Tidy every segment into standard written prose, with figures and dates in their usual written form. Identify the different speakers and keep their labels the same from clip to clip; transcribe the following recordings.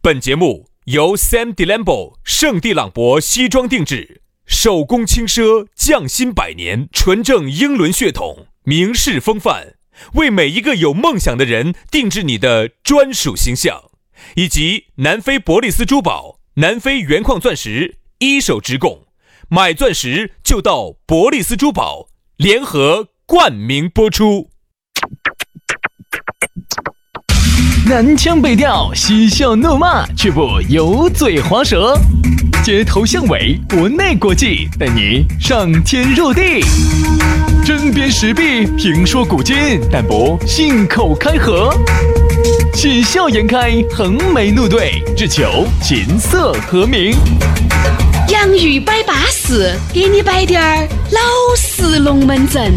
Speaker 1: 本节目由 Sam Delambo 圣地朗博西装定制，手工轻奢，匠心百年，纯正英伦血统，名士风范，为每一个有梦想的人定制你的专属形象，以及南非伯利斯珠宝、南非原矿钻石一手直供，买钻石就到伯利斯珠宝，联合冠名播出。
Speaker 2: 南腔北调，嬉笑怒骂，却不油嘴滑舌。街头巷尾，国内国际，带你上天入地。针砭时弊，评说古今，但不信口开河。喜笑颜开，横眉怒对，只求琴瑟和鸣。
Speaker 3: 洋芋摆巴士，给你摆点儿老式龙门阵。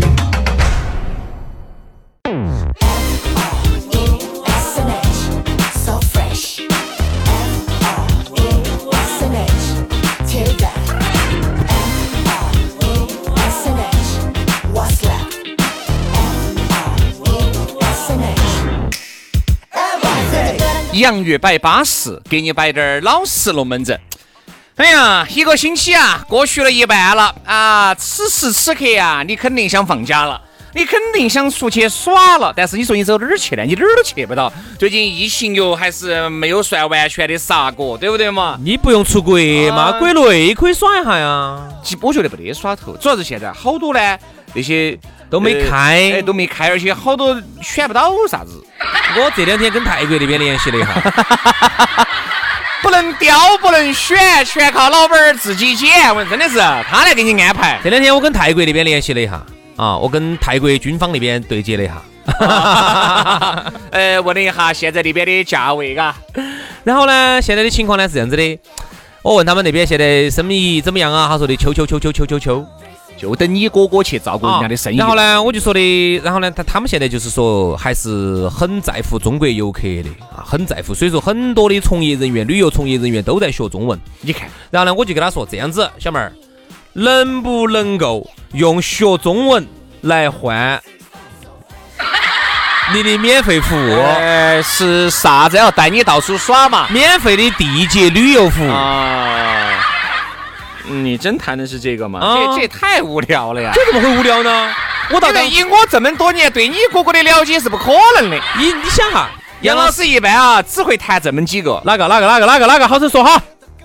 Speaker 4: 洋芋摆巴士，给你摆点老实龙门阵。哎呀，一个星期啊，过去了一半了啊！此时此刻啊，你肯定想放假了，你肯定想出去耍了。但是你说你走哪儿去呢？你哪儿都去不到。最近疫情又还是没有算完全的杀过，对不对嘛？
Speaker 5: 你不用出国嘛，国内可以耍一下呀。
Speaker 4: 我觉得没得耍头，主要是现在好多呢那些
Speaker 5: 都没开，
Speaker 4: 都没开，而且好多选不到啥子。
Speaker 5: 我这两天跟泰国那边联系了一下，
Speaker 4: 不能调，不能选，全靠老板自己捡。我真的是他来给你安排。
Speaker 5: 这两天我跟泰国那边联系了一下啊，我跟泰国军方那边对接了一下，
Speaker 4: 问了一下现在那边的价位嘎。
Speaker 5: 然后呢，现在的情况呢是这样子的，我问他们那边现在生意怎么样啊？他说的求，
Speaker 4: 就等你哥哥去照顾人家的生意。
Speaker 5: 然后呢，我就说的，然后呢，他们现在就是说还是很在乎中国游客的啊，很在乎。所以说很多的从业人员、旅游从业人员都在学中文。
Speaker 4: 你看，
Speaker 5: 然后呢，我就跟他说这样子，小妹儿，能不能够用学中文来换你的免费服务？
Speaker 4: 是啥子要带你到处耍嘛？
Speaker 5: 免费的地接旅游服务
Speaker 4: 啊。你真谈的是这个吗？这也太无聊了呀！
Speaker 5: 这怎么会无聊呢？
Speaker 4: 以我这么多年对你哥哥的了解是不可能的。
Speaker 5: 你想哈，
Speaker 4: 杨老师一般啊只会谈这么几个。
Speaker 5: 哪个？好生说哈。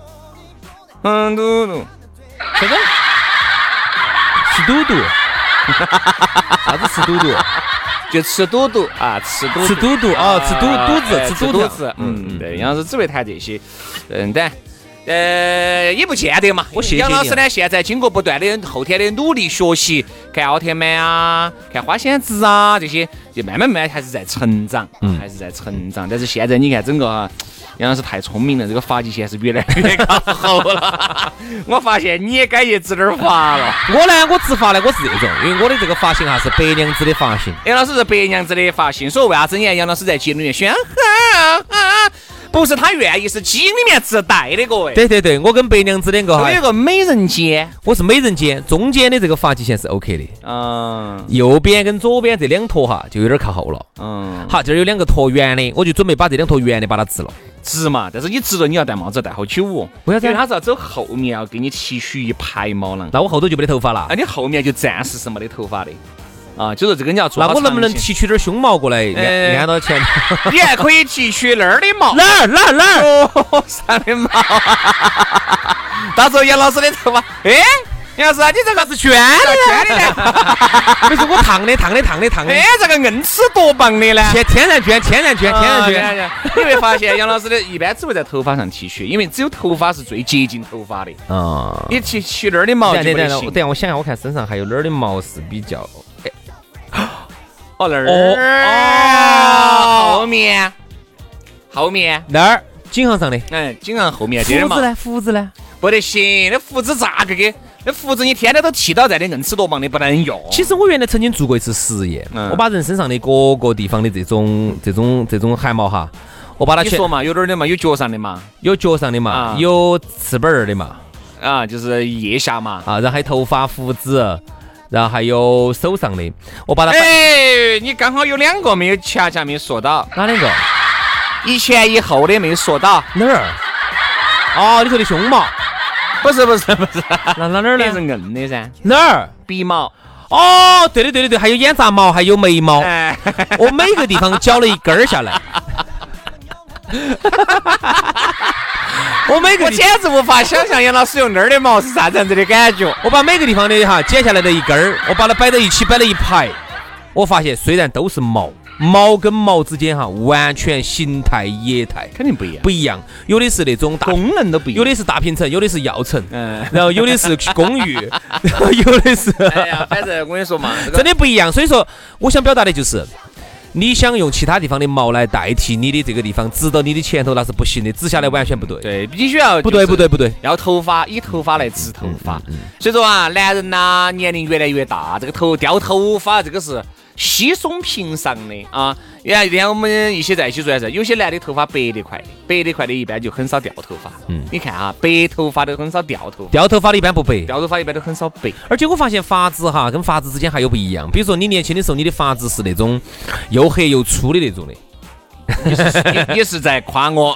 Speaker 4: 嘟嘟，
Speaker 5: 这个吃嘟嘟，啥子吃嘟嘟？
Speaker 4: 就吃嘟嘟啊，吃嘟
Speaker 5: 嘟啊，吃肚子。
Speaker 4: 对，杨老师只会谈这些。但。也不见得嘛。
Speaker 5: 我谢谢
Speaker 4: 杨老师呢，现在经过不断的后天的努力学习，看奥特曼啊，看花仙子啊，这些就慢慢还是在成长，还是在成长。但是现在你看整个杨老师太聪明了，这个发际线是越来越靠后了。我发现你也该去指点发了。
Speaker 5: 我直发呢，我是这种，因为我的这个发型是白娘子的发型。
Speaker 4: 杨老师是白娘子的发型，所以为啥子你看杨老师在节目里面选不是他愿意，是基因里面自带的各位。
Speaker 5: 对，我跟白娘子两个
Speaker 4: 有一个美人尖，
Speaker 5: 我是美人尖，中间的这个发际线是 OK 的。右边跟左边这两坨哈就有点靠后了。好，这儿有两个坨圆的，我就准备把这两坨圆的把它治了。
Speaker 4: 治嘛，但是你治了你要戴帽子戴好久哦。
Speaker 5: 为啥子？
Speaker 4: 因为他是要走后面，要给你提取一排毛囊。
Speaker 5: 那我后头就没得头发了。
Speaker 4: 你后面就暂时是没得头发的。就是这个你要做好。
Speaker 5: 那我能不能提取点胸毛过来按到前头？
Speaker 4: 你还可以提取那儿的毛。
Speaker 5: 哪儿？
Speaker 4: 上的毛。到时候杨老师的头发，杨老师你这个是圈的呢？
Speaker 5: 不是我烫的。
Speaker 4: 这个硬吃多棒的呢？
Speaker 5: 天然卷。
Speaker 4: 你会发现杨老师的一般只会在头发上提取，因为只有头发是最接近头发的。你提取那儿的毛就不行。
Speaker 5: 等下我想下，我看身上还有哪儿的毛是比较。
Speaker 4: 那儿后面
Speaker 5: 那儿颈项上的，
Speaker 4: 颈项后面
Speaker 5: 胡子呢
Speaker 4: 不得行，那胡子咋个给？那胡子你天天都剃到在的，硬吃多棒的不能用。
Speaker 5: 其实我原来曾经做过一次实验，我把人身上的各个地方的这种汗毛哈，我把它
Speaker 4: 你说嘛，有哪儿的嘛？有脚上的嘛？
Speaker 5: 有脚上的嘛？有翅膀儿的嘛？
Speaker 4: 就是腋下嘛？
Speaker 5: 然后还有头发、胡子。然后还有手上的，我把它
Speaker 4: 你刚好有两个没有恰恰没说到。
Speaker 5: 哪两个？
Speaker 4: 一前一后的没说到
Speaker 5: 哪儿？哦，你说的胸毛？
Speaker 4: 不是，
Speaker 5: 那哪儿呢？
Speaker 4: 也是硬的噻。
Speaker 5: 哪儿？
Speaker 4: 鼻毛。
Speaker 5: 哦，对，还有眼睫毛，还有眉毛。我每个地方绞了一根儿下来。
Speaker 4: 我简直无法想象杨老师用那儿的毛是啥子样子的感觉。
Speaker 5: 我把每个地方的剪下来的一根儿，我把它摆到一起，摆了一排。我发现虽然都是毛跟毛之间完全形态业态
Speaker 4: 肯定不一样，
Speaker 5: 有的是那种
Speaker 4: 功能都不一样，
Speaker 5: 有的是大平层，有的是药层，然后有的是公寓，有的是
Speaker 4: 哎呀，反正我跟你说嘛，
Speaker 5: 真的不一样。所以说我想表达的就是，你想用其他地方的毛来代替你的这个地方指到你的前头，那是不行的，指下来完全不对。
Speaker 4: 对，必须要
Speaker 5: 不对，
Speaker 4: 要头发，以头发来指头发。所以说啊，男人呐，年龄越来越大，这个掉头发这个是稀松平常的啊。原来一天我们一起在一起说的是，有些男的头发白得快的一般就很少掉头发。你看啊，白头发都很少掉头发，
Speaker 5: 掉头发的一般不白，
Speaker 4: 掉头发一般都很少白。
Speaker 5: 而且我发现发质跟发质之间还有不一样。比如说你年轻的时候，你的发质是那种又黑又粗的那种
Speaker 4: 的，也是在夸我。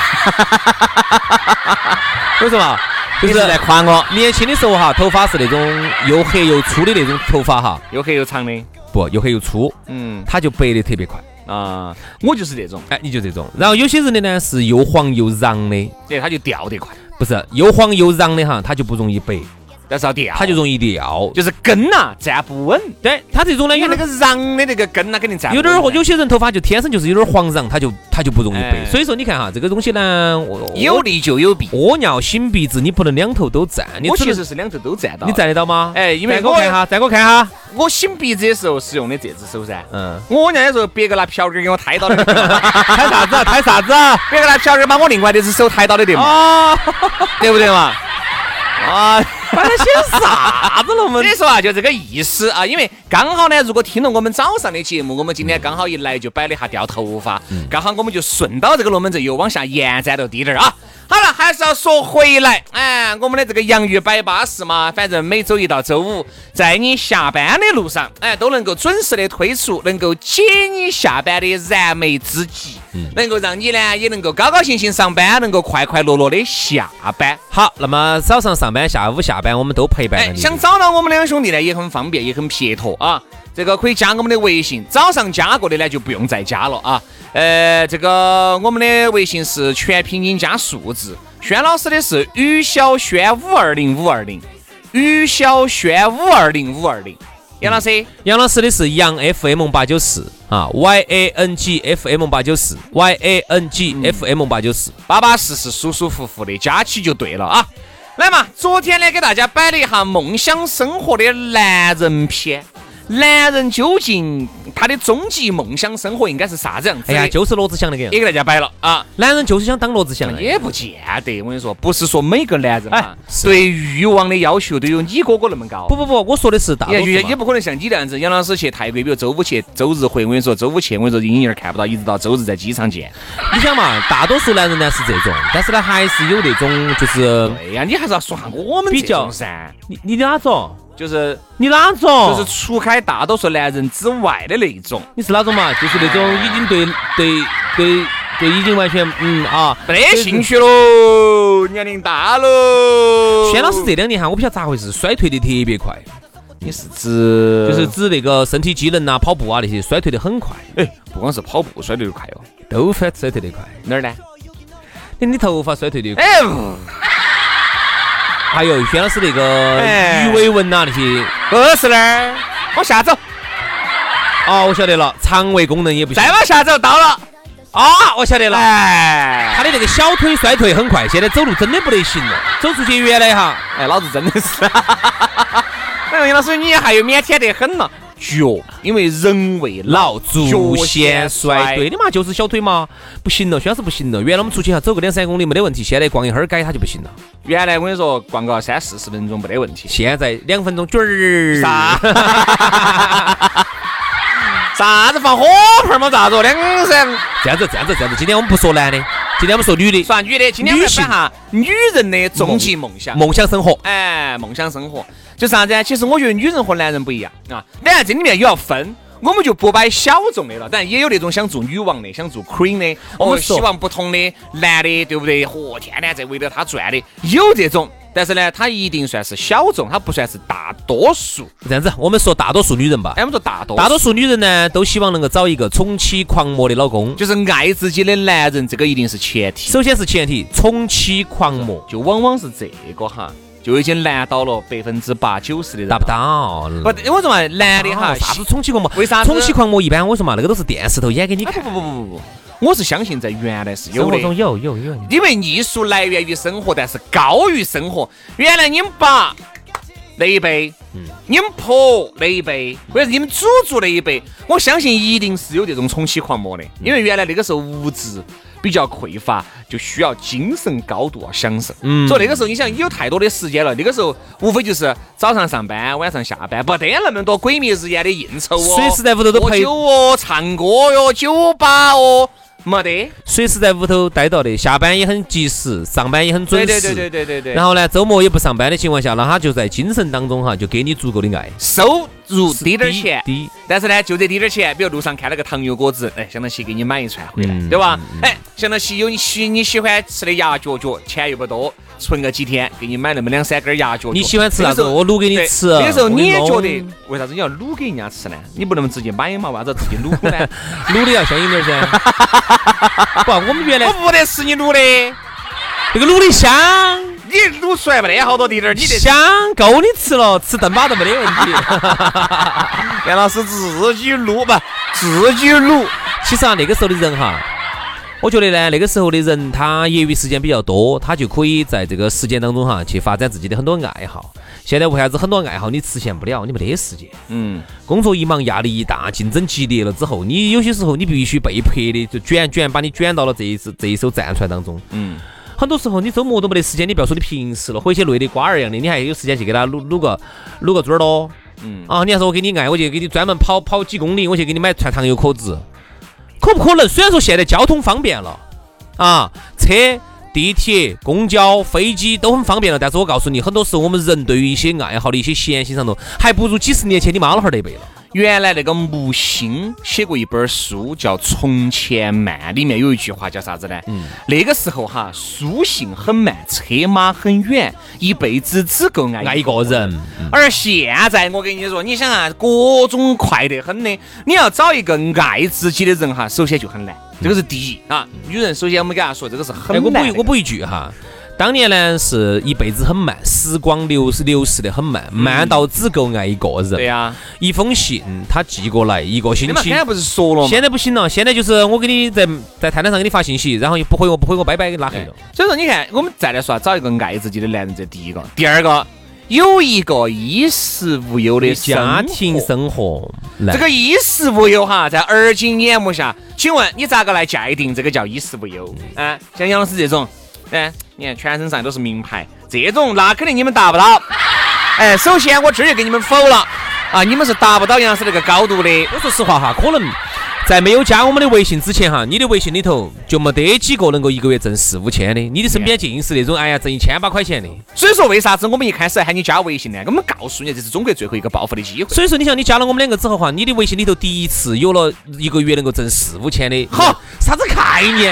Speaker 5: 为什么？就是
Speaker 4: 在夸我。
Speaker 5: 年轻的时候头发是那种又黑又粗的那种头发
Speaker 4: 又黑又长的。
Speaker 5: 不，又黑又粗，它就白的特别快
Speaker 4: 啊！我就是这种，
Speaker 5: 你就这种。然后有些人的呢是又黄又瓤的，
Speaker 4: 它就掉得快。
Speaker 5: 不是又黄又瓤的它就不容易白，
Speaker 4: 但是要掉，
Speaker 5: 它就容易掉，
Speaker 4: 就是根站不稳。
Speaker 5: 对，它这种呢，
Speaker 4: 有那个瓤的那个根肯定站不稳。
Speaker 5: 有些人头发就天生就是有点黄瓤，它就不容易白。所以说你看这个东西呢，
Speaker 4: 有利就有弊。
Speaker 5: 屙尿擤鼻子，你不能两头都占。
Speaker 4: 我其实是两头都占到。
Speaker 5: 你占得到吗？
Speaker 4: 因为
Speaker 5: 再给我看哈，再给我看哈。
Speaker 4: 我擤鼻子的时候是用的这只手噻。我尿的时候，别个拿瓢根给我抬到的。
Speaker 5: 抬啥子？抬啥子？
Speaker 4: 别个拿瓢根把我另外的只手抬到的对嘛？对不对嘛？
Speaker 5: 把它写啥子了？我们
Speaker 4: 所以说就这个意思啊，因为刚好呢，如果听了我们早上的节目，我们今天刚好一来就摆了一下掉头发，刚好我们就顺到这个龙门阵又往下延展到低点啊。好了，还是要说回来，我们的这个洋芋摆巴士嘛，反正每周一到周五，在你下班的路上，都能够准时的推出，能够解你下班的燃眉之急，能够让你呢也能够高高兴兴上班，能够快快乐乐的下班。
Speaker 5: 好，那么早上上班，下午下班，我们都陪伴了你。
Speaker 4: 想找到我们两兄弟呢，也很方便，也很撇脱啊。这个可以加我们的微信，早上加过的呢就不用再加了啊。这个我们的微信是全拼音加数字，轩老师的是于小轩520520，于小轩520520。杨老师的是杨 FM894啊 ，YANGFM894，YANGFM894，巴巴适适舒舒服服的加起就对了啊。来嘛，昨天呢给大家摆了一下梦想生活的男人篇。男人究竟他的终极梦想生活应该是啥子样子？
Speaker 5: 就是罗志祥那个样子，
Speaker 4: 也给大家摆了啊。
Speaker 5: 男人就是想当罗志祥，
Speaker 4: 也不见得。我跟你说，不是说每个男人对欲望的要求都有你哥哥那么高。
Speaker 5: 不，我说的是大多数
Speaker 4: 也不可能像你那样子。杨老师去泰国，比如周五去，周日回。我跟你说，周五去，我跟你说阴影看不到，一直到周日在机场见。
Speaker 5: 你想嘛，大多数男人呢是这种，但是呢还是有那种就是。
Speaker 4: 对呀，你还是要说我们
Speaker 5: 比较
Speaker 4: 噻。
Speaker 5: 你哪种？
Speaker 4: 就是
Speaker 5: 你哪种？
Speaker 4: 就是除开大多数男人之外的那一种。
Speaker 5: 你是哪种嘛？就是那种已经对已经完全
Speaker 4: 没得兴趣喽，年龄大喽。
Speaker 5: 轩老师这2年我不晓得咋回事，衰退的特别快。
Speaker 4: 你是指
Speaker 5: 就是指那个身体机能啊、跑步啊那些衰退的很快。
Speaker 4: 不光是跑步衰退的快哦，
Speaker 5: 都衰退的快。
Speaker 4: 哪儿呢？
Speaker 5: 你头发衰退的快。还有轩老师那个鱼尾纹啊那些，
Speaker 4: 不是那儿，往下走。
Speaker 5: 我晓得了，肠胃功能也不行。
Speaker 4: 再往下走到了。
Speaker 5: 我晓得了。他的那个小腿衰退很快，现在走路真的不得行了。走出去原来
Speaker 4: 老子真的是。杨老师，你还有腼腆得很了。脚，因为人未老，
Speaker 5: 足先衰。对的嘛，就是小腿嘛，不行了，轩老师不行了。原来我们出去走个2-3公里没得问题，现在逛一会儿街他就不行了。
Speaker 4: 原来我跟你说，逛个30-40分钟没得问题，
Speaker 5: 现在2分钟儿。
Speaker 4: 啥子放火盆嘛？咋子？2-3。
Speaker 5: 这样子，今天我们不说男的，今天我们说女的。
Speaker 4: 说女的，今天我们摆下女人的终极梦想
Speaker 5: 生活。
Speaker 4: 梦想生活就是啥子？其实我觉得女人和男人不一样啊。当然这里面也要分， 我们就不摆小众的了。但也有那种想做女王的，想做 queen 的，希望不同的男的，对不对？天天在围着他转的，有这种。但是呢，他一定算是小众，他不算是大多数。
Speaker 5: 这样子，我们说大多数女人吧。
Speaker 4: 我们说大
Speaker 5: 多数女人呢，都希望能够找一个宠妻狂魔的老公，
Speaker 4: 就是爱自己的男人，这个一定是前提。
Speaker 5: 首先是前提，宠妻狂魔，
Speaker 4: 就往往是这个哈。就已经难倒了8%-90%的人，
Speaker 5: 达不到。
Speaker 4: 不，我说嘛，男的哈，
Speaker 5: 啥子宠妻狂魔？
Speaker 4: 为啥？
Speaker 5: 宠妻狂魔一般我说嘛，那个都是电视头演给你看。
Speaker 4: 不，我是相信在原来是有的。
Speaker 5: 生活中有，
Speaker 4: 因为艺术来源于生活，但是高于生活。原来你们爸那一辈，你们婆那一辈，或者是你们祖祖那一辈，我相信一定是有这种宠妻狂魔的。因为原来那个时候物质比较匮乏，就需要精神高度享受。所以那个时候你想有太多的时间了，那个时候无非就是早上上班，晚上下班，不得那么多鬼迷日眼的应酬哦，
Speaker 5: 随时在屋头都
Speaker 4: 喝酒哦，唱歌哟，酒吧哦。没得，
Speaker 5: 随时在屋头待到的，下班也很及时，上班也很准时。
Speaker 4: 对。
Speaker 5: 然后呢，周末也不上班的情况下，那他就在精神当中哈，就给你足够的爱。
Speaker 4: 收入低点钱，
Speaker 5: 低，
Speaker 4: 但是呢，就这低点钱，比如路上看了个糖油果子，想到起给你买一串回来，对吧？想到起有你喜欢吃的鸭脚脚，钱又不多，存个几天，给你买那么2-3根鸭脚。
Speaker 5: 你喜欢吃啥子？我卤给你吃。
Speaker 4: 那个时候你也觉得，为啥子你要卤给人家吃呢？你不能直接买嘛？为啥子自己卤呢？
Speaker 5: 卤的要香一点噻。不，我们原来
Speaker 4: 我不得吃你卤的，
Speaker 5: 那个卤的香，
Speaker 4: 你卤出来没得好多滴点，你得
Speaker 5: 香够你吃了，吃炖巴都没得问题。
Speaker 4: 杨老师自己卤吧，自己卤。
Speaker 5: 其实啊，那个时候的人哈，我觉得呢，那个时候的人他业余时间比较多，他就可以在这个时间当中哈去发展自己的很多爱好。现在为啥子很多爱好你实现不了？你没得时间。工作一忙，压力一大，竞争激烈了之后，你有些时候你必须被迫的就把你卷到了这一艘战船当中。很多时候你周末都没得时间，你不要说你平时了，或者累得瓜儿一样的，你还有时间去给他撸个猪耳朵。你还说我给你爱，我就给你专门跑几公里，我去给你买串糖油壳子，可不可能？虽然说现在交通方便了车、地铁、公交、飞机都很方便了，但是我告诉你，很多时候我们人对于一些爱好的一些闲心上头，还不如几十年前你妈老汉儿那辈了。
Speaker 4: 原来那个木心写过一本书叫《从前慢》，里面有一句话叫啥子呢？那个时候哈，书信很慢，车马很远，一辈子只够爱一个人。而现在我跟你说，你想啊，各种快得很的，你要找一个爱自己的人哈，首先就很难，这个是第一啊。女人首先我们给她说，这个是很难。
Speaker 5: 我补一句哈。当年呢是一辈子很慢，时光流逝的很慢，慢到只够爱一个人。
Speaker 4: 对呀，
Speaker 5: 一封信他寄过来一个星期。
Speaker 4: 现在不是说了吗？
Speaker 5: 现在不行了，现在就是我给你在探探上给你发信息，然后不回我拜拜给拉黑了。
Speaker 4: 所以说你看，我们再来说找一个爱自己的男人，这第一个。第二个，有一个衣食无忧的
Speaker 5: 家庭生活。
Speaker 4: 这个衣食无忧哈，在而今眼目下，请问你咋个来界定这个叫衣食无忧？像杨老师这种。你看全身上都是名牌，这种那肯定你们达不到。首先我这就给你们否了你们是达不到杨老师那个高度的。
Speaker 5: 我说实话哈，可能在没有加我们的微信之前哈，你的微信里头就没得几个能够一个月挣4-5千的，你的身边尽是那种挣1000把块钱的。
Speaker 4: 所以说为啥子我们一开始喊你加微信呢？我们告诉你这是中国最后一个暴富的机会。
Speaker 5: 所以说你想你加了我们两个之后哈，你的微信里头第一次有了一个月能够挣4-5千的。
Speaker 4: 好，
Speaker 5: 啥子概念？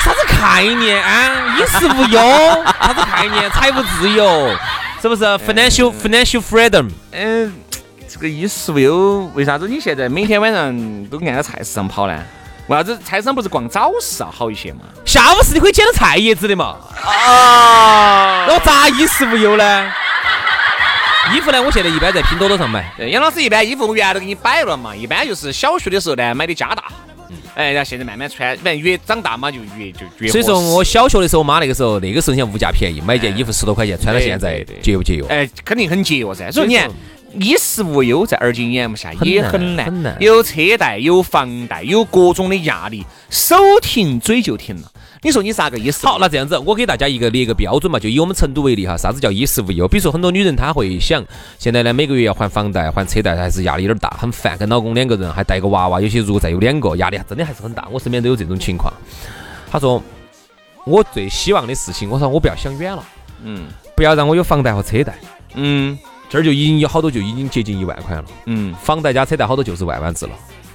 Speaker 5: 衣食无忧，啥子概念？财务自由，是不是 financial freedom？
Speaker 4: 这个衣食无忧，为啥子你现在每天晚上都按到菜市场跑呢？为啥子菜市场不是逛早市好一些嘛？
Speaker 5: 下午市你可以捡到菜叶子的嘛？那我咋衣食无忧呢？衣服呢，我现在一般在拼多多上买。
Speaker 4: 杨老师一般衣服我原来都给你摆了嘛，一般就是小学的时候呢买的加大。然后现在慢慢穿，反正越长大嘛就越。
Speaker 5: 所以说我小学的时候，妈那个时候你像物价便宜，买件衣服10多块钱，穿到现在节约不节约？
Speaker 4: 肯定很节约噻。所以你看，衣食无忧在而今眼目下也很难，有车贷，有房贷，有各种的压力，手停嘴就停了。你说你啥个意思？
Speaker 5: 好，那这样子，我给大家列一个标准嘛，就以我们成都为例哈，啥子叫衣食无忧？比如说很多女人她会想，现在呢每个月要还房贷、还车贷，还是压力有点大，很烦，跟老公2个人还带个娃娃，有些如果再有2个，压力真的还是很大。我身边都有这种情况。他说，我最希望的事情，我说我不要想远了，不要让我有房贷和车贷，这儿就已经有好多就已经接近1万块了，房贷加车贷好多就是万字了。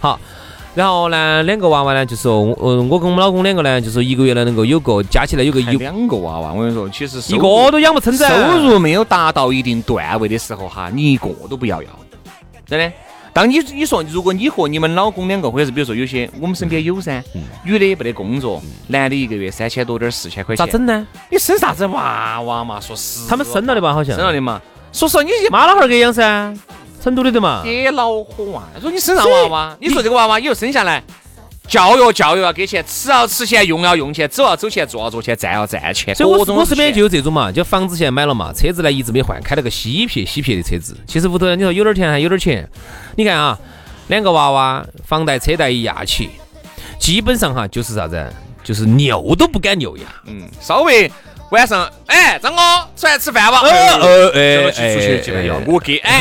Speaker 5: 好。然后呢，两个娃娃呢，就说，我跟我们老公两个呢，就说一个月呢能够有个加起来有个
Speaker 4: 两个娃娃，我跟你说，其实
Speaker 5: 一个都养不成噻。
Speaker 4: 收入没有达到一定段位的时候哈，你一个都不要，真的。当你说，如果你和你们老公两个，或者是比如说有些我们身边有噻，女的没得工作，男的一个月3000多点4000块钱，
Speaker 5: 咋整呢？
Speaker 4: 你生啥子娃娃嘛？说实话，
Speaker 5: 他们生了的吧？好像
Speaker 4: 生了的嘛。说实话，你
Speaker 5: 妈老汉儿给养噻，成都的嘛。
Speaker 4: 别恼火啊！说你生啥娃娃？你说这个娃娃以后生下来，教育要给钱，吃要吃钱，用要用钱，走要走钱，做要做钱，站要站钱。
Speaker 5: 所以我身边就有这种嘛，就房子现在买了嘛，车子呢一直没换，开了个稀撇的车子。其实屋头你说有点钱还有点钱，你看啊，两个娃娃，房贷车贷一压起，基本上哈就是啥子，就是扭都不敢扭呀。
Speaker 4: 稍微晚上，张哥出来吃饭吧。出去就要我给。哎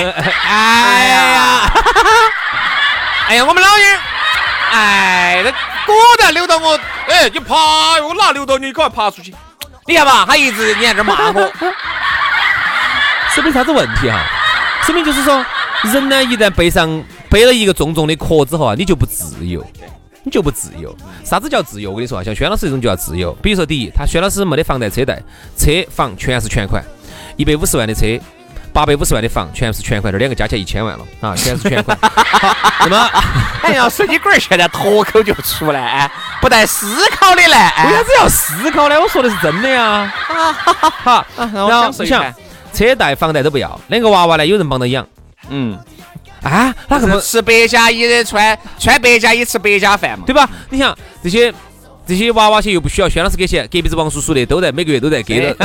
Speaker 4: 呀，我们老娘。那果然留到我，你爬，我哪留到你，赶快爬出去！你看吧，他一直你看这骂我，
Speaker 5: 说明啥子问题哈？说明就是说，人呢一旦背了一个重重的壳之后啊，你就不自由，啥子叫自由？我跟你说啊，像轩老师这种就叫自由。比如说，第一，轩老师没得房贷车贷，车房全是全款，150万的车。850万的房全是全款，这两个加起来1000万了啊，全是全款。那么，
Speaker 4: 要是你龟儿现在脱口就出来，不带思考的来，
Speaker 5: 为啥子要思考呢？我说的是真的呀。好，然后你想，车贷、房贷都不要，两个娃娃呢，有人帮他养。哪个
Speaker 4: 吃白家衣的穿白家衣吃白家饭嘛，
Speaker 5: 对吧？你想这些娃娃些又不需要轩老师给钱，隔壁是王叔叔的，都在每个月都在给的。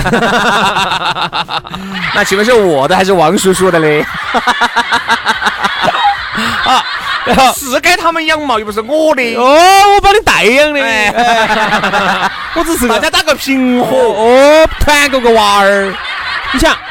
Speaker 4: 那请问是我的还是王叔叔的嘞？是该他们养嘛，又不是我的。
Speaker 5: 我帮你代养的。我只是
Speaker 4: 大家打个平和。
Speaker 5: 团购个娃儿。你想，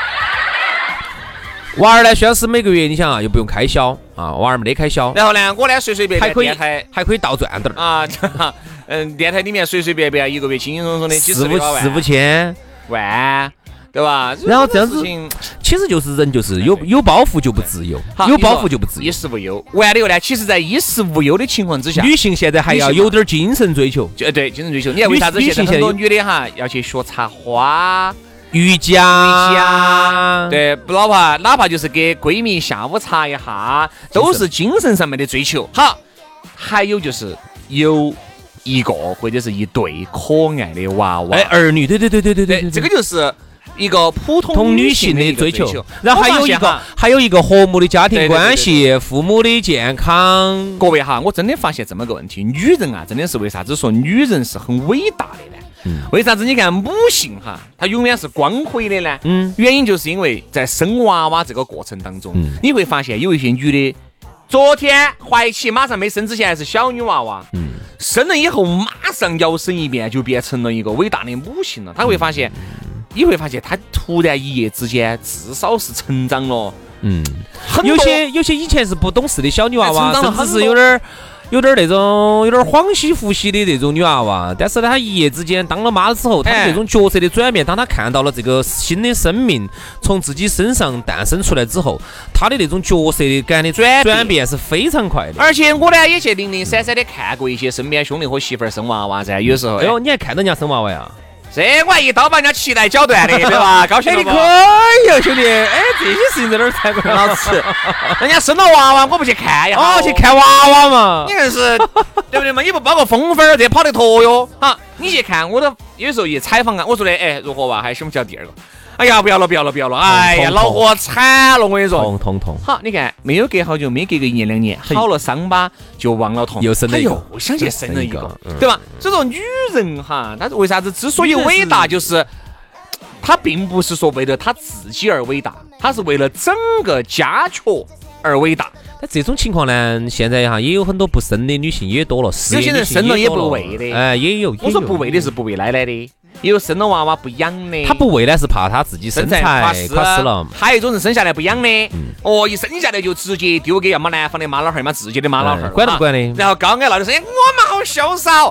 Speaker 5: 娃儿呢，轩老师每个月你想啊，又不用开销啊，娃儿没得开销。
Speaker 4: 然后呢，我呢随随便便
Speaker 5: 还可以倒赚点
Speaker 4: 啊。电台里面随随便便一个月轻轻松松的
Speaker 5: 4、5千
Speaker 4: 万，对吧？
Speaker 5: 然后这样子，其实就是人就是有包袱就不自由，有包袱就不自由，
Speaker 4: 衣食无忧。完了以后呢，其实在衣食无忧的情况之下，
Speaker 5: 女性现在还要有点精神追求，
Speaker 4: 对精神追求。你看为啥子现在很多女的哈要去学插花？
Speaker 5: 瑜伽，
Speaker 4: 对，哪怕就是给闺蜜下午茶一下，都是精神上面的追求。好，还有就是有一个或者是一对可爱的娃娃，
Speaker 5: 儿女，对，
Speaker 4: 这个就是一个普通女性的追求。
Speaker 5: 然后还有一个和睦的家庭关系，父母的健康。
Speaker 4: 各位哈，我真的发现这么个问题，女人啊，真的是为啥子说女人是很伟大的呢？为啥子你看母性哈，它永远是光辉的呢？原因就是因为在生娃娃这个过程当中，你会发现有一些女的，昨天怀起马上没生之前还是小女娃娃，生了以后马上摇身一变就变成了一个伟大的母性了。你会发现她突然一夜之间至少是成长了。
Speaker 5: 有些以前是不懂事的小女娃娃，甚至是有点那种有点恍兮惚兮的那种女娃娃，但是呢，她一夜之间当了妈之后，她的这种角色的转变，当她看到了这个新的生命从自己身上诞生出来之后，她的那种角色的感的转变是非常快的。
Speaker 4: 而且我呢也去零零散散的看过一些身边兄弟和媳妇儿生娃娃噻，有时候
Speaker 5: 你还看到人家生娃娃呀？
Speaker 4: 这我一刀把人家脐带绞断的，对吧？高兴了不？
Speaker 5: 你可以哦，兄弟！这些事情在哪儿才过
Speaker 4: 老子？人家生了娃娃，我不去看呀？
Speaker 5: 去看娃娃嘛？
Speaker 4: 你硬是对不对嘛？你不包个风分，这跑得脱哟！哈，你去看，我都有时候一采访啊，我说的，如何吧？还想不想第二个？哎呀，不要了！哎呀，恼火惨了！我跟你说，
Speaker 5: 痛。
Speaker 4: 好，你看，没有隔好久，没隔个1年2年，好了伤疤就忘了痛，
Speaker 5: 又生了一个，
Speaker 4: 又想去生了一个，对吧？所以说，女人哈，她为啥子之所以伟大，就是她并不是说为了她自己而伟大，她是为了整个家族而伟大。
Speaker 5: 但这种情况呢，现在哈也有很多不生的女性也多了，
Speaker 4: 有些人生了也不为的，
Speaker 5: 也有。
Speaker 4: 我说不为的是不为奶奶的。也有生了娃娃不养的，
Speaker 5: 他不为呢是怕他自己身材垮死了。
Speaker 4: 还有一种人生下来不养的，一生下来就直接丢给要么男方的妈老汉儿嘛，自己的妈老汉儿，
Speaker 5: 管都不管的。
Speaker 4: 然后高矮闹的声音，我们好潇洒。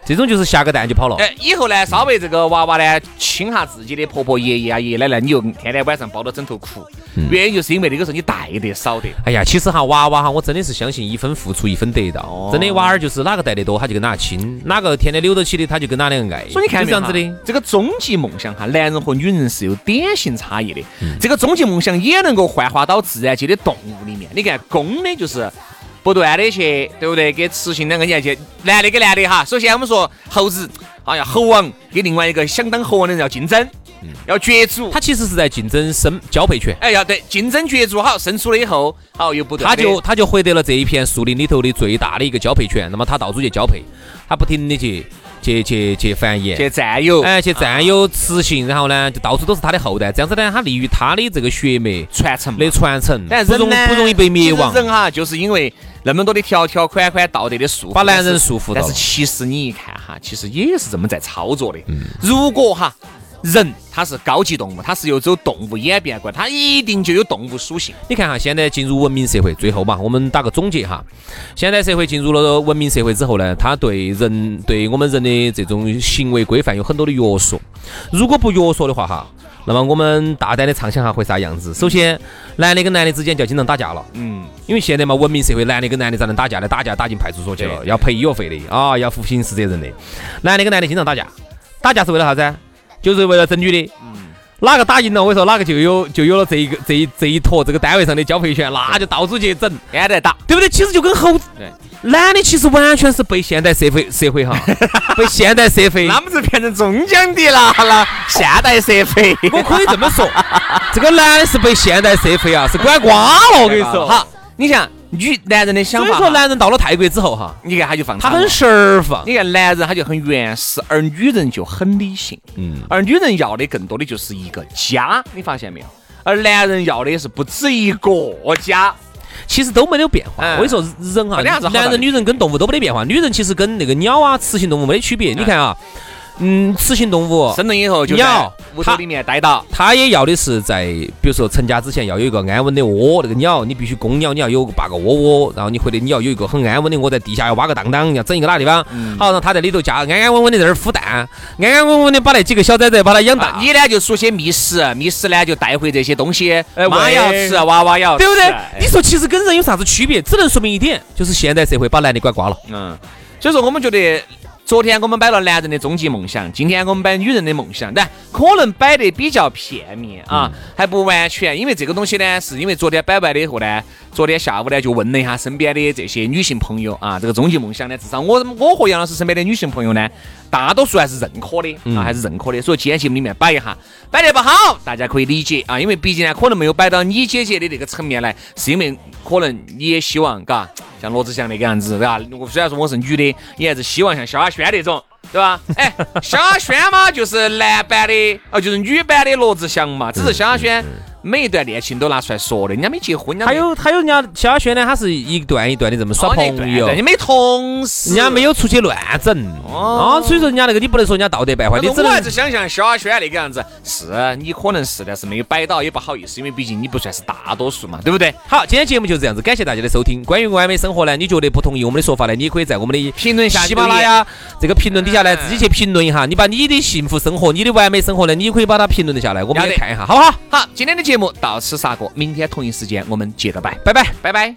Speaker 5: 这种就是下个蛋就跑了。
Speaker 4: 以后呢，稍微这个娃娃呢亲下自己的婆婆、爷爷啊、爷爷奶奶，你又天天晚上抱到枕头哭，原因就是因为那个时候你带得少的。
Speaker 5: 哎呀，其实哈，娃娃哈，我真的是相信一分付出一分得到。真的，娃儿就是哪个带得多，他就跟哪个亲；哪个天天扭得起的，他就跟哪两个爱。
Speaker 4: 所以你看
Speaker 5: 这样子的，
Speaker 4: 这个终极梦想哈，男人和女人是有典型差异的。这个终极梦想也能够幻化到自然界的动物里面。你看，公的就是不断的去，对不对？给雌性两个人去，男的给男的哈。首先我们说猴子，猴王跟另外一个相当猴王的人要竞争，要角逐。
Speaker 5: 他其实是在竞争交配权。
Speaker 4: 要对竞争角逐好，胜出了以后，好又不断
Speaker 5: 他就获得了这一片树林里头的最大的一个交配权。那么他到处去交配，他不停的去繁衍，
Speaker 4: 去占有，
Speaker 5: 去占有雌性，然后呢，就到处都是他的后代。这样子呢，他利于他的这个血脉
Speaker 4: 传承，
Speaker 5: 但不容易被灭亡。
Speaker 4: 人哈，就是因为那么多的条条款款道德的束缚，
Speaker 5: 把男人束缚到了。
Speaker 4: 但是其实你一看哈，其实也是这么在操作的。如果哈人他是高级动物，他是由走动物演变过来，他一定就有动物属性。
Speaker 5: 你看哈，现在进入文明社会，最后嘛，我们打个总结哈。现在社会进入了文明社会之后呢，它对我们人的这种行为规范有很多的约束。如果不约束的话哈，那么我们大胆的畅想下会啥样子？首先，男的跟男的之间就要经常打架了。因为现在嘛，文明社会，男的跟男的才能打架的，打架打进派出所去了，要赔医药费的啊，要负刑事责任的。男的跟男的经常打架，打架是为了啥子？就是为了争女的。哪个打赢了，我说哪个就有了这一坨这个单位上的交配权，那就到处去整，
Speaker 4: 挨着打，
Speaker 5: 对不对？其实就跟猴子，男的其实完全是被现代社会哈，被现代社会，
Speaker 4: 那不是变成中奖的了？现代社会，
Speaker 5: 我可以这么说，这个男的是被现代社会啊是管瓜了，我跟你说。
Speaker 4: 好，你想男人的想法，
Speaker 5: 所以说男人到了泰国之后哈，
Speaker 4: 你看他就放
Speaker 5: 他很释放。
Speaker 4: 你看男人他就很原始，而女人就很理性。而女人要的更多的就是一个家，你发现没有？而男人要的是不止一个家。
Speaker 5: 其实都没有变化。我跟你说，人哈，男人、女人跟动物都没得变化。女人其实跟那个鸟啊、雌性动物没得区别。你看啊，雌性动物
Speaker 4: 生了以后就在屋头里面待到，
Speaker 5: 它也要的是在比如说成家之前要有一个安稳的窝。那个鸟你必须公鸟，你要有8个窝，然后你或者你要有一个很安稳的窝，在地下要挖个荡荡，要整一个哪个地方，好让它在里头家安安稳稳的在这儿孵蛋，安安稳稳的把那几个小崽崽把它养大。
Speaker 4: 你呢就说些觅食呢就带回这些东西，妈要吃，娃娃要吃，
Speaker 5: 对不对？你说其实跟人有啥子区别？只能说明一点，就是现代社会把男的管瓜了。
Speaker 4: 所以说我们觉得。昨天我们摆了男人的终极梦想，今天我们摆女人的梦想，但可能摆得比较片面啊，还不完全，因为这个东西呢，是因为昨天摆完了以后呢，昨天下午呢就问了一下身边的这些女性朋友啊，这个终极梦想呢，至少我和杨老师身边的女性朋友呢，大多数还是认可的啊，还是认可的。所以今天节目里面摆一下，摆得不好，大家可以理解啊，因为毕竟呢，可能没有摆到你姐姐的这个层面来，是因为可能你也希望，嘎。像罗志祥那个样子，对吧？虽然说我是女的，你还是希望像萧亚轩那种，对吧？萧亚轩嘛，就是男版的，就是女版的罗志祥嘛。只是萧亚轩每一段恋情都拿出来说的，人家没结婚，
Speaker 5: 还有人家萧亚轩呢，他是一段一段的这么耍朋友，
Speaker 4: 人家没同事，
Speaker 5: 人家没有出去乱整所以说人家那个你不能说人家道德败坏，你只能
Speaker 4: 我还是想像萧亚轩那个样子，是你可能是，但是没有摆到也不好意思，因为毕竟你不算是大多数嘛，对不对？
Speaker 5: 好，今天节目就这样子，感谢大家的收听。关于完美生活呢，你觉得不同意我们的说法呢，你可以在我们的
Speaker 4: 评论下
Speaker 5: 喜马拉雅这个评论底下呢，自己去评论一下，你把你的幸福生活、你的完美生活呢，你可以把它评论得下来，我们来看一下，好不好？
Speaker 4: 好，今天的节目到此煞过，明天同一时间我们接着拜，
Speaker 5: 拜拜，
Speaker 4: 拜拜。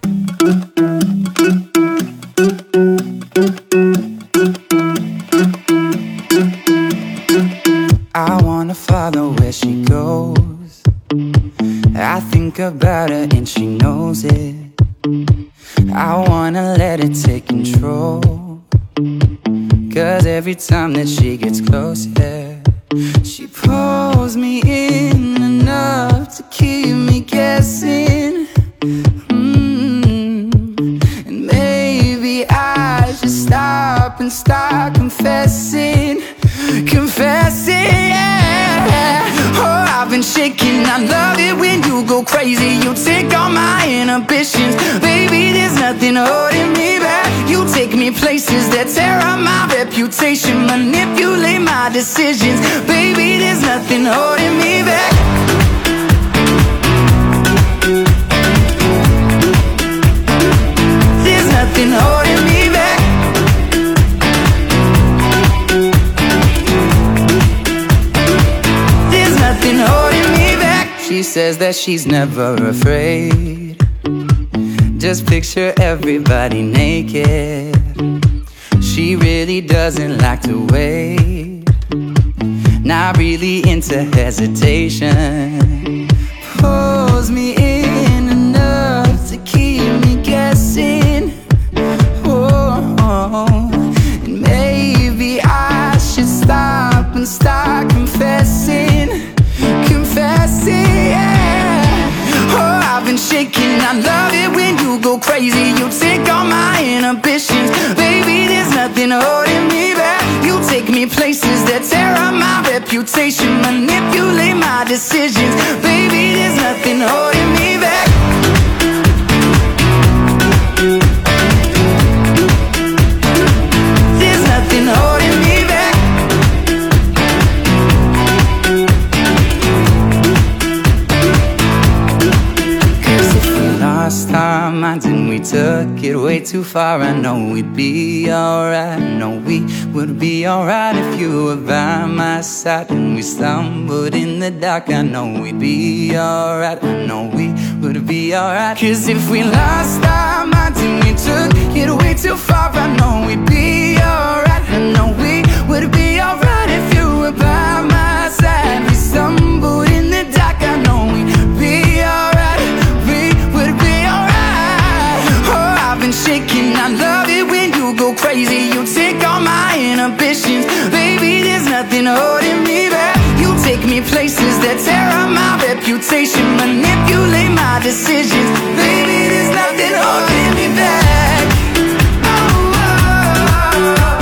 Speaker 6: I wanna follow where she goes. I think about her and she knows it. I wanna let it take control. Cause every time that she gets closer, she pulls me in enough to keep me guessing. And maybe I should stop and start confessing. Yeah. Oh, I've been shaking. I love it when you go crazy. You take all my inhibitions. Baby, there's nothing holding me back. You take me places that tear up my reputation, manipulate my decisions. Baby, there's nothing holding me back. There's nothing holding me back. she says that she's never afraid. Just picture everybody naked. She really doesn't like to wait. Not really into hesitation. Pulls me in enough to keep me guessing. And maybe I should stop and start confessing, yeah. Oh, I've been shaking, I love it when you go crazy. You take all my inhibitions, baby, there's nothing holding me back. You take me places that tear up my reputation, manipulate my decisions, baby, there's nothing holding me back. There's nothing holding me back. Lost our minds and we took it way too far. I know we'd be alright. I know we would be alright if you were by my side. And we stumbled in the dark. I know we'd be alright. I know we would be alright. Cause if we lost our minds and we took it way too far, I know we'd be alright. I know we would be alright if you were by my side. We stumbled in the dark. I know we'd be alright. I've been shaking, I love it when you go crazy. You take all my inhibitions, baby, there's nothing holding me back. You take me places that tear up my reputation, manipulate my decisions, baby, there's nothing holding me back. Oh, oh, oh.